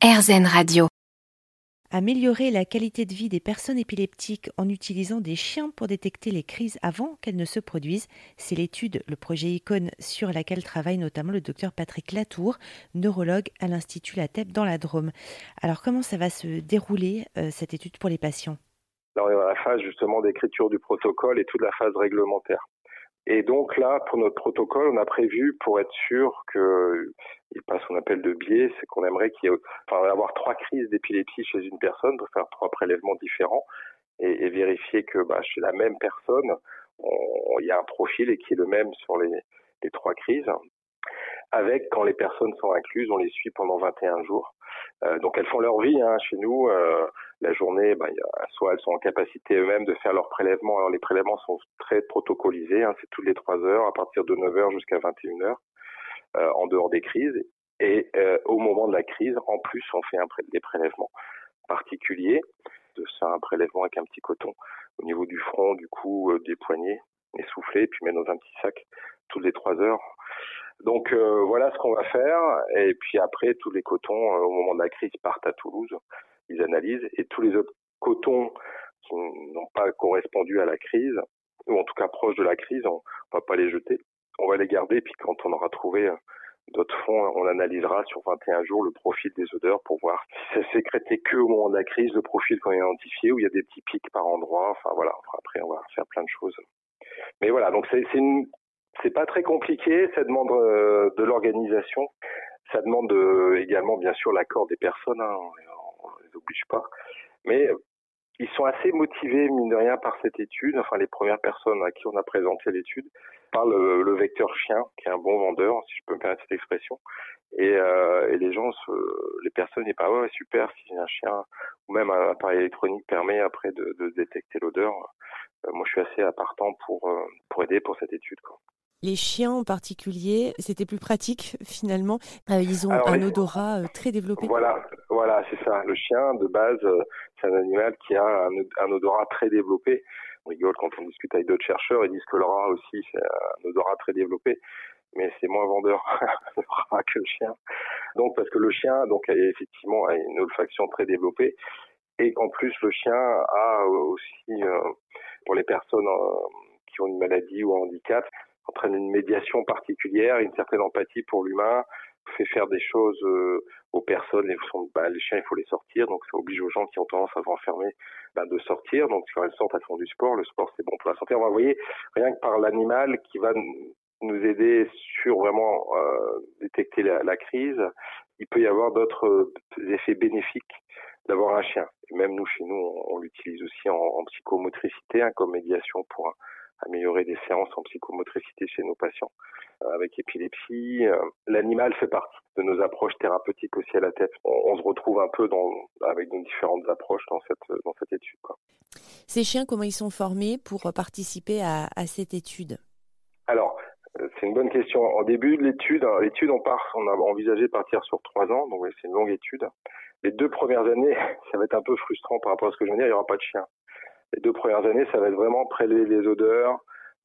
RZN Radio. Améliorer la qualité de vie des personnes épileptiques en utilisant des chiens pour détecter les crises avant qu'elles ne se produisent, c'est l'étude, le projet ICON, sur laquelle travaille notamment le docteur Patrick Latour, neurologue à l'Institut Latep dans la Drôme. Alors comment ça va se dérouler cette étude pour les patients ? Alors, on est dans la phase justement d'écriture du protocole et toute la phase réglementaire. Et donc là, pour notre protocole, on a prévu, pour être sûr qu'il n'y ait pas ce qu'on appelle de biais, c'est qu'on aimerait avoir 3 crises d'épilepsie chez une personne, pour faire 3 prélèvements différents et vérifier que chez la même personne, il y a un profil et qui est le même sur les 3 crises. Avec, quand les personnes sont incluses, on les suit pendant 21 jours. Donc elles font leur vie chez nous. La journée, soit elles sont en capacité eux-mêmes de faire leurs prélèvements. Alors les prélèvements sont très protocolisés, c'est toutes les 3 heures, à partir de 9 heures jusqu'à 21 heures, en dehors des crises. Et au moment de la crise, en plus, on fait des prélèvements particuliers. C'est un prélèvement avec un petit coton au niveau du front, du cou, des poignets, essoufflé, puis mettre dans un petit sac toutes les 3 heures. Donc voilà ce qu'on va faire, et puis après tous les cotons au moment de la crise partent à Toulouse, ils analysent, et tous les autres cotons qui n'ont pas correspondu à la crise, ou en tout cas proches de la crise, on va pas les jeter, on va les garder, puis quand on aura trouvé d'autres fonds, on analysera sur 21 jours le profil des odeurs pour voir si ça sécrétait que au moment de la crise, le profil qu'on a identifié, où il y a des petits pics par endroit, après on va faire plein de choses. Mais voilà, donc c'est pas très compliqué, ça demande de l'organisation, ça demande également bien sûr l'accord des personnes, on les oblige pas, mais ils sont assez motivés mine de rien par cette étude, les premières personnes à qui on a présenté l'étude, par le vecteur chien, qui est un bon vendeur, si je peux me permettre cette expression, et les gens, les personnes disent ouais super, si un chien ou même un appareil électronique permet après de détecter l'odeur, moi je suis assez partant pour aider pour cette étude, quoi. Les chiens en particulier, c'était plus pratique finalement. Ils ont un odorat très développé. Voilà, c'est ça. Le chien, de base, c'est un animal qui a un odorat très développé. On rigole quand on discute avec d'autres chercheurs, ils disent que le rat aussi, c'est un odorat très développé, mais c'est moins vendeur le rat que le chien. Donc, parce que le chien, effectivement, a une olfaction très développée, et en plus, le chien a aussi, pour les personnes qui ont une maladie ou un handicap, entraîne une médiation particulière, une certaine empathie pour l'humain, fait faire des choses aux personnes. Les chiens, il faut les sortir, donc ça oblige aux gens qui ont tendance à s'enfermer de sortir. Donc quand elles sortent, elles font du sport. Le sport, c'est bon pour la santé. On va voyez, rien que par l'animal qui va nous aider sur vraiment détecter la crise, il peut y avoir d'autres effets bénéfiques d'avoir un chien. Et même nous, chez nous, on l'utilise aussi en psychomotricité, comme médiation pour améliorer des séances en psychomotricité chez nos patients avec épilepsie. L'animal fait partie de nos approches thérapeutiques aussi à la tête. On se retrouve un peu avec nos différentes approches dans cette étude, quoi. Ces chiens, comment ils sont formés pour participer à cette étude ? Alors, c'est une bonne question. En début de l'étude, on a envisagé de partir sur 3 ans, donc c'est une longue étude. Les 2 premières années, ça va être un peu frustrant par rapport à ce que je viens de dire, il n'y aura pas de chien. Les 2 premières années, ça va être vraiment prélever les odeurs,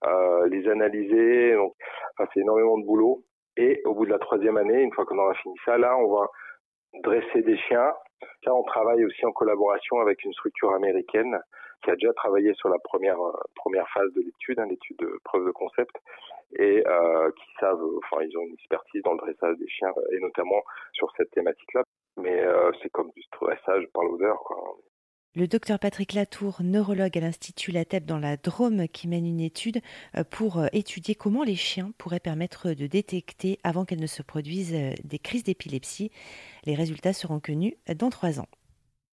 les analyser. Donc, c'est énormément de boulot. Et au bout de la 3e année, une fois qu'on aura fini ça, là, on va dresser des chiens. Ça, on travaille aussi en collaboration avec une structure américaine qui a déjà travaillé sur la première phase de l'étude, l'étude de preuve de concept, et qui savent, ils ont une expertise dans le dressage des chiens, et notamment sur cette thématique-là. Mais c'est comme du dressage par l'odeur, quoi. Le docteur Patrick Latour, neurologue à l'Institut Latep dans la Drôme, qui mène une étude pour étudier comment les chiens pourraient permettre de détecter, avant qu'elles ne se produisent, des crises d'épilepsie. Les résultats seront connus dans 3 ans.